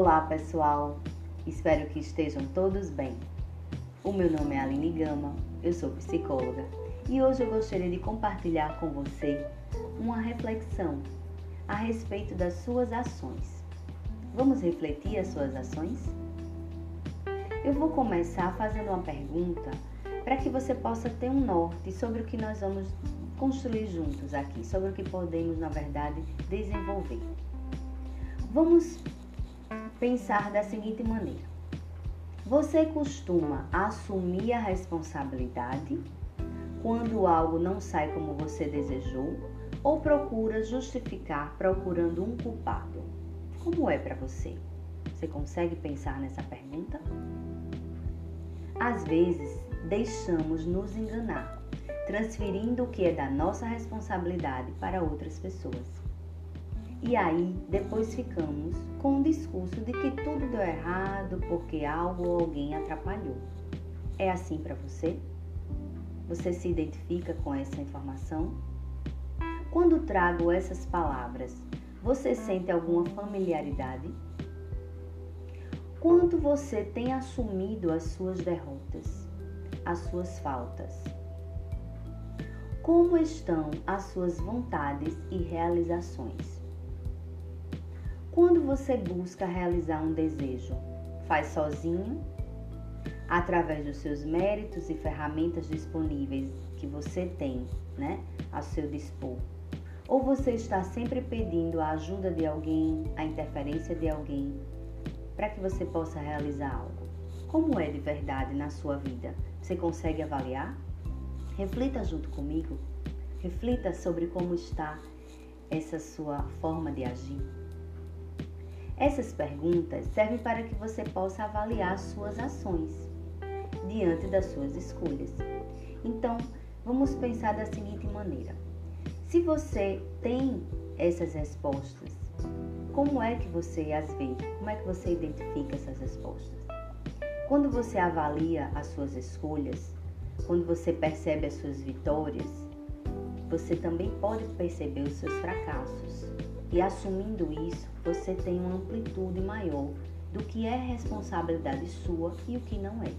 Olá pessoal, espero que estejam todos bem. O meu nome é Aline Gama, eu sou psicóloga e hoje eu gostaria de compartilhar com você uma reflexão a respeito das suas ações. Vamos refletir as suas ações? Eu vou começar fazendo uma pergunta para que você possa ter um norte sobre o que nós vamos construir juntos aqui, sobre o que podemos, na verdade, desenvolver. Vamos pensar da seguinte maneira: você costuma assumir a responsabilidade quando algo não sai como você desejou ou procura justificar procurando um culpado? Como é para você? Você consegue pensar nessa pergunta? Às vezes, deixamos nos enganar, transferindo o que é da nossa responsabilidade para outras pessoas. E aí, depois ficamos com o discurso de que tudo deu errado porque algo ou alguém atrapalhou. É assim para você? Você se identifica com essa informação? Quando trago essas palavras, você sente alguma familiaridade? Quanto você tem assumido as suas derrotas, as suas faltas? Como estão as suas vontades e realizações? Quando você busca realizar um desejo, faz sozinho, através dos seus méritos e ferramentas disponíveis que você tem, a seu dispor? Ou você está sempre pedindo a ajuda de alguém, a interferência de alguém, para que você possa realizar algo? Como é de verdade na sua vida? Você consegue avaliar? Reflita junto comigo. Reflita sobre como está essa sua forma de agir. Essas perguntas servem para que você possa avaliar suas ações diante das suas escolhas. Então, vamos pensar da seguinte maneira: se você tem essas respostas, como é que você as vê? Como é que você identifica essas respostas? Quando você avalia as suas escolhas, quando você percebe as suas vitórias, você também pode perceber os seus fracassos. E assumindo isso, você tem uma amplitude maior do que é responsabilidade sua e o que não é.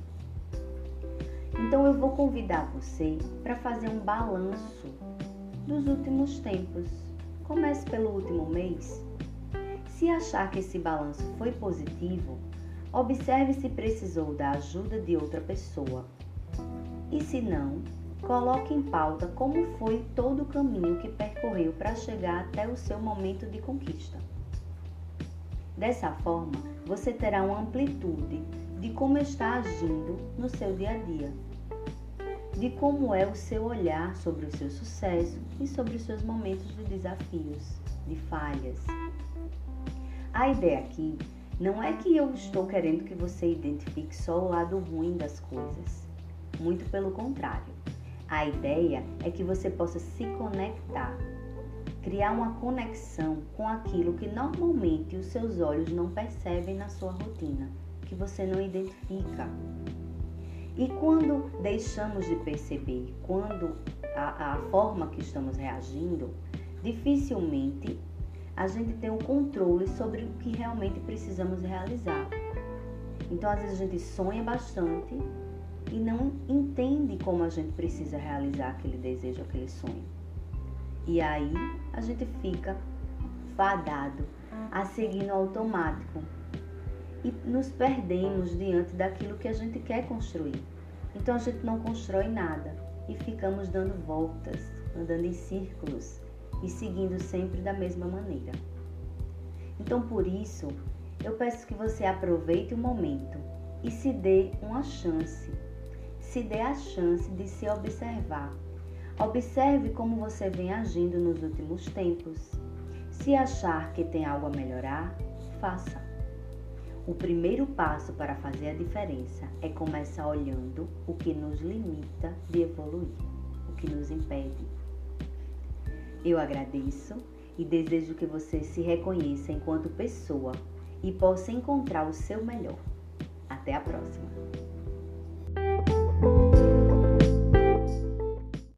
Então eu vou convidar você para fazer um balanço dos últimos tempos. Comece pelo último mês. Se achar que esse balanço foi positivo, observe se precisou da ajuda de outra pessoa. E se não, coloque em pauta como foi todo o caminho que percorreu para chegar até o seu momento de conquista. Dessa forma, você terá uma amplitude de como está agindo no seu dia a dia, de como é o seu olhar sobre o seu sucesso e sobre os seus momentos de desafios, de falhas. A ideia aqui não é que eu estou querendo que você identifique só o lado ruim das coisas. Muito pelo contrário. A ideia é que você possa se conectar, criar uma conexão com aquilo que normalmente os seus olhos não percebem na sua rotina, que você não identifica. E quando deixamos de perceber, quando a forma que estamos reagindo, dificilmente a gente tem o controle sobre o que realmente precisamos realizar. Então, às vezes a gente sonha bastante e não entende como a gente precisa realizar aquele desejo, aquele sonho. E aí a gente fica fadado a seguir no automático e nos perdemos diante daquilo que a gente quer construir. Então a gente não constrói nada e ficamos dando voltas, andando em círculos e seguindo sempre da mesma maneira. Então por isso eu peço que você aproveite o momento e se dê uma chance. Se dê a chance de se observar. Observe como você vem agindo nos últimos tempos. Se achar que tem algo a melhorar, faça. O primeiro passo para fazer a diferença é começar olhando o que nos limita de evoluir, o que nos impede. Eu agradeço e desejo que você se reconheça enquanto pessoa e possa encontrar o seu melhor. Até a próxima!